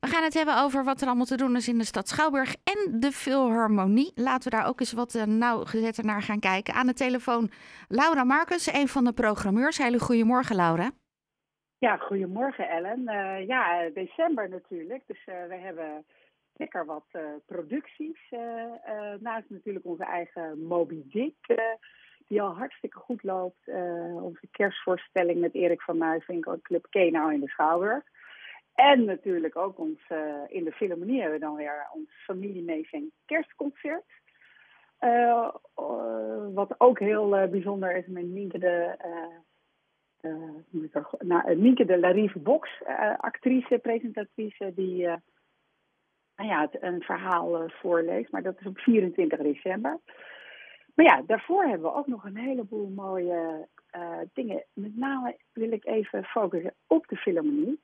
We gaan het hebben over wat er allemaal te doen is in de stad Schouwburg en de Philharmonie. Laten we daar ook eens wat nauwgezetter naar gaan kijken. Aan de telefoon Laura Marcus, een van de programmeurs. Hele goedemorgen, Laura. Ja, goedemorgen Ellen. December natuurlijk, dus we hebben lekker wat producties. Naast natuurlijk onze eigen Moby Dick, die al hartstikke goed loopt. Onze kerstvoorstelling met Erik van Muiswinkel en Club Kenau in de Schouwburg. En natuurlijk ook in de Philharmonie hebben we dan weer ons familiemeezing kerstconcert. Wat ook heel bijzonder is met Nienke de Larive Box, actrice, presentatrice, die een verhaal voorleest. Maar dat is op 24 december. Maar ja, daarvoor hebben we ook nog een heleboel mooie dingen. Met name wil ik even focussen op de Philharmonie.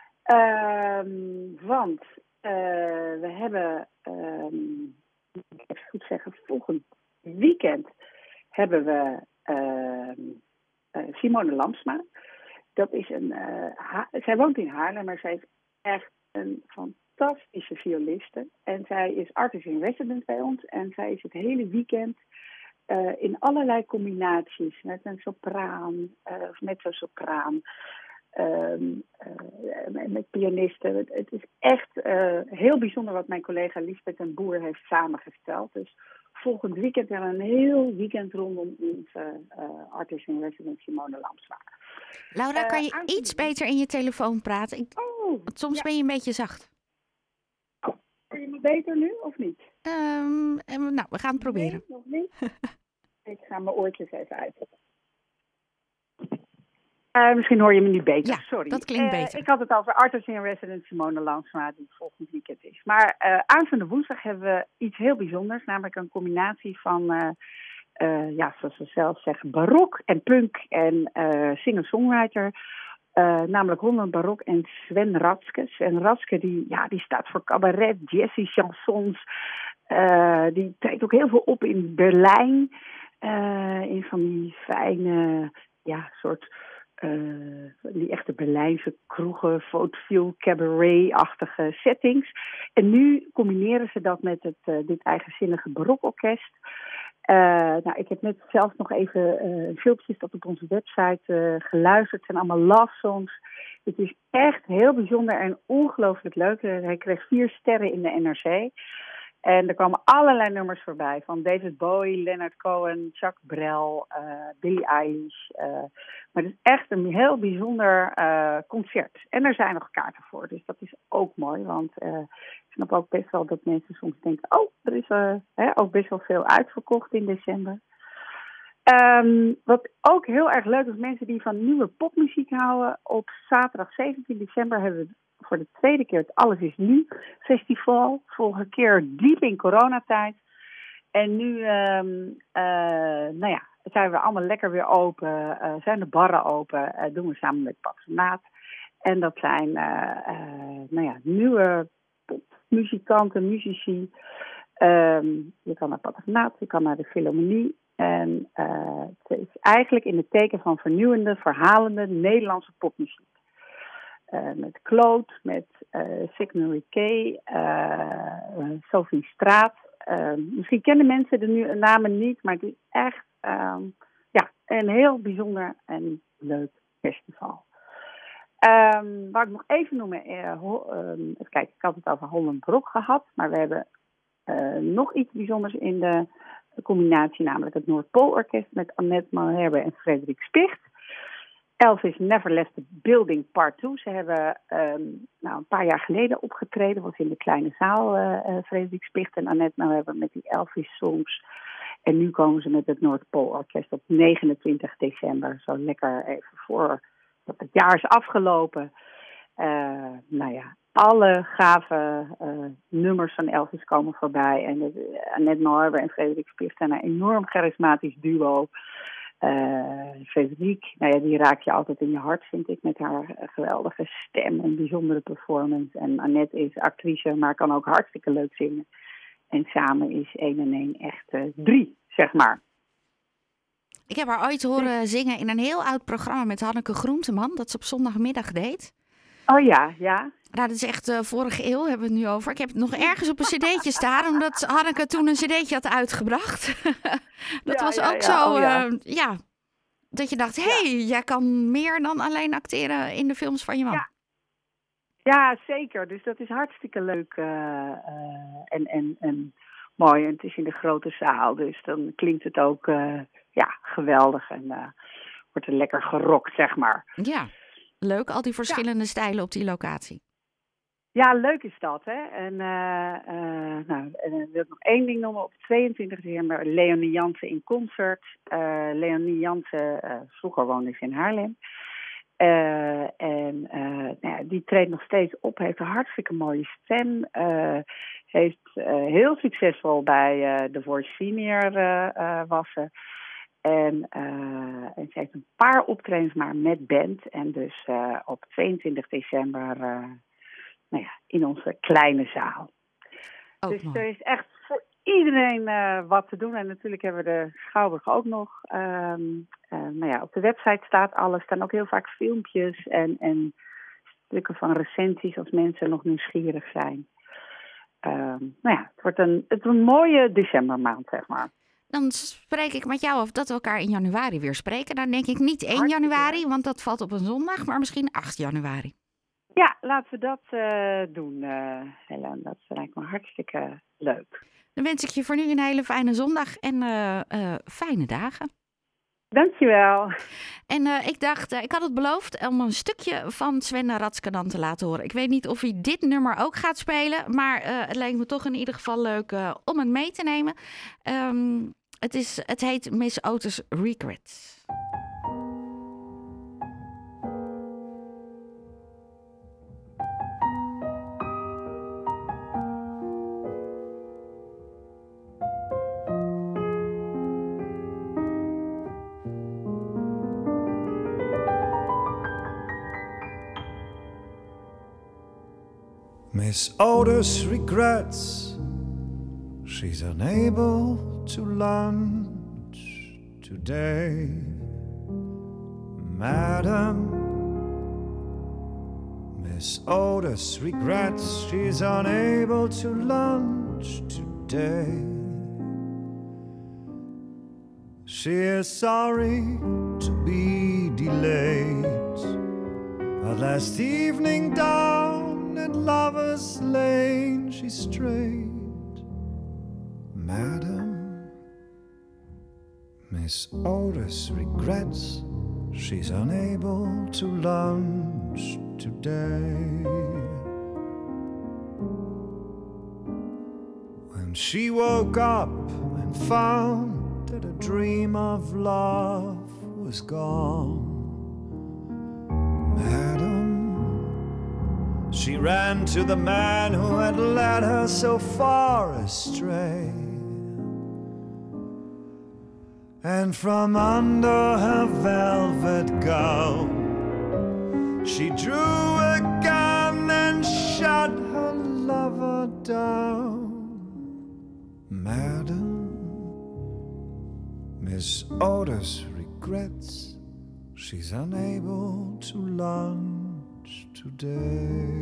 Want we hebben, even goed zeggen, volgend weekend hebben we Simone Lamsma. Dat is zij woont in Haarlem, maar zij is echt een fantastische violiste. En zij is artist in residence bij ons. En zij is het hele weekend in allerlei combinaties met een sopraan, of mezzo-sopraan. Met pianisten. Het is echt heel bijzonder wat mijn collega Liesbeth den Boer heeft samengesteld. Dus volgend weekend hebben we een heel weekend rondom onze artist in residence Simone Lamsma. Laura, kan je iets beter in je telefoon praten? Want soms ben je een beetje zacht. Hoor je me beter nu of niet? Nou, we gaan het proberen. Nee, nog niet? Ik ga mijn oortjes even uitzetten. Misschien hoor je me nu beter. Ja, sorry. Dat klinkt beter. Ik had het over artist in residence Simone Lamsma, die volgend weekend is. Maar aanstaande woensdag hebben we iets heel bijzonders, namelijk een combinatie van, zoals we zelf zeggen, barok en punk en singer-songwriter. Namelijk Holland Barok en Sven Ratske. Sven Ratske die staat voor cabaret, jazzy, chansons. Die treedt ook heel veel op in Berlijn. In van die fijne, die echte Berlijnse kroegen, vaudeville, cabaret-achtige settings. En nu combineren ze dat met dit eigenzinnige barokorkest. Ik heb net zelf nog even filmpjes dat op onze website geluisterd. Het zijn allemaal love songs. Het is echt heel bijzonder en ongelooflijk leuk. Hij kreeg 4 sterren in de NRC. En er kwamen allerlei nummers voorbij. Van David Bowie, Leonard Cohen, Jacques Brel, Billie Eilish. Maar het is echt een heel bijzonder concert. En er zijn nog kaarten voor. Dus dat is ook mooi. Want ik snap ook best wel dat mensen soms denken... er is ook best wel veel uitverkocht in december. Wat ook heel erg leuk is, mensen die van nieuwe popmuziek houden. Op zaterdag 17 december hebben we voor de tweede keer het Alles is Nu festival. Vorige keer diep in coronatijd. En nu zijn we allemaal lekker weer open. Zijn de barren open. Doen we samen met Patronaat. En dat zijn nieuwe popmuzikanten, muzici. Je kan naar Patronaat, je kan naar de Philharmonie. En het is eigenlijk in het teken van vernieuwende, verhalende Nederlandse popmuziek. Met Claude, met Signory Kay, Sophie Straat. Misschien kennen mensen de namen niet, maar het is echt een heel bijzonder en leuk festival. Waar ik nog even noemen, ik had het over Holland Barok gehad, maar we hebben nog iets bijzonders in de combinatie, namelijk het Noordpoolorkest met Annette Malherbe en Frederik Spicht. Elvis Never Left the Building Part 2. Ze hebben een paar jaar geleden opgetreden. Was in de kleine zaal Frederik Spicht en Annette Malherbe met die Elvis-songs. En nu komen ze met het Noordpoolorkest op 29 december. Zo lekker even voor dat het jaar is afgelopen. Alle gave nummers van Elvis komen voorbij. En Annette Malherbe en Frederik Spicht zijn een enorm charismatisch duo. Frederik, die raak je altijd in je hart, vind ik, met haar geweldige stem en bijzondere performance. En Annette is actrice, maar kan ook hartstikke leuk zingen. En samen is 1 en 1 echt 3, zeg maar. Ik heb haar ooit horen zingen in een heel oud programma met Hanneke Groenteman, dat ze op zondagmiddag deed. Oh ja, ja. Nou, dat is echt vorige eeuw, hebben we het nu over. Ik heb het nog ergens op een cd'tje staan, omdat Hanneke toen een cd'tje had uitgebracht. Dat was ook zo, dat je dacht, jij kan meer dan alleen acteren in de films van je man. Ja, zeker. Dus dat is hartstikke leuk en mooi. En het is in de grote zaal, dus dan klinkt het ook geweldig en wordt er lekker gerokt, zeg maar. Ja, leuk, al die verschillende stijlen op die locatie. Ja, leuk is dat, hè. En wil ik nog één ding noemen. Op 22 december Leonie Jansen in concert. Leonie Jansen, vroeger woonde ze in Haarlem. Die treedt nog steeds op, heeft een hartstikke mooie stem. Heeft heel succesvol bij The Voice Senior was ze. En ze heeft een paar optredens maar met band. En dus op 22 december in onze kleine zaal. Ook dus mooi. er is echt voor iedereen wat te doen. En natuurlijk hebben we de Schouwburg ook nog. Op de website staat alles. Er staan ook heel vaak filmpjes en stukken van recensies als mensen nog nieuwsgierig zijn. Het wordt een mooie decembermaand, zeg maar. Dan spreek ik met jou af dat we elkaar in januari weer spreken. Dan denk ik niet 1 januari, want dat valt op een zondag, maar misschien 8 januari. Ja, laten we dat doen, Helen. Dat lijkt me hartstikke leuk. Dan wens ik je voor nu een hele fijne zondag en fijne dagen. Dankjewel. En ik dacht, ik had het beloofd om een stukje van Sven Ratzke dan te laten horen. Ik weet niet of hij dit nummer ook gaat spelen, maar het lijkt me toch in ieder geval leuk om het mee te nemen. Het heet Miss Otis Regrets. Miss Otis regrets she's unable to lunch today. Madam, Miss Otis regrets she's unable to lunch today. She is sorry to be delayed, but last evening down at Lover's Lane she strayed. Madam, Miss Otis regrets she's unable to lunch today. When she woke up and found that a dream of love was gone, Madam, she ran to the man who had led her so far astray. And from under her velvet gown she drew a gun and shot her lover down. Madam, Miss Otis regrets she's unable to lunch today.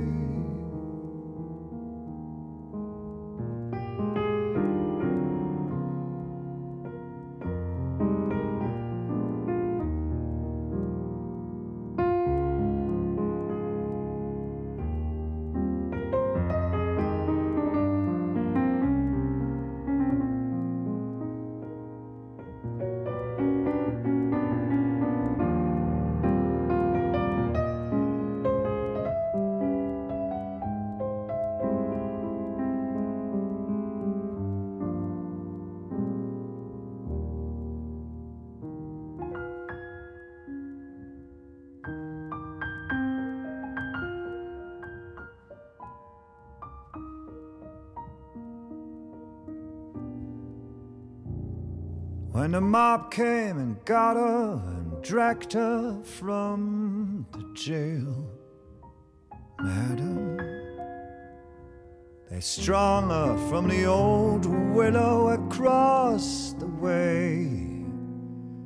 When the mob came and got her and dragged her from the jail, Madam, they strung her from the old willow across the way.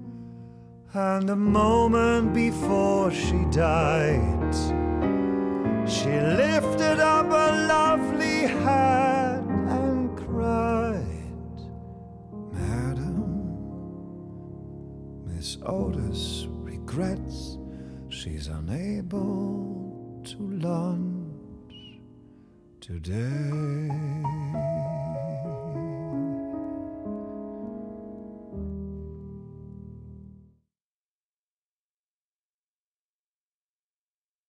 And a moment before she died, She lifted up a lovely hat and cried, Madam, Miss Otis regrets she's unable to lunch today.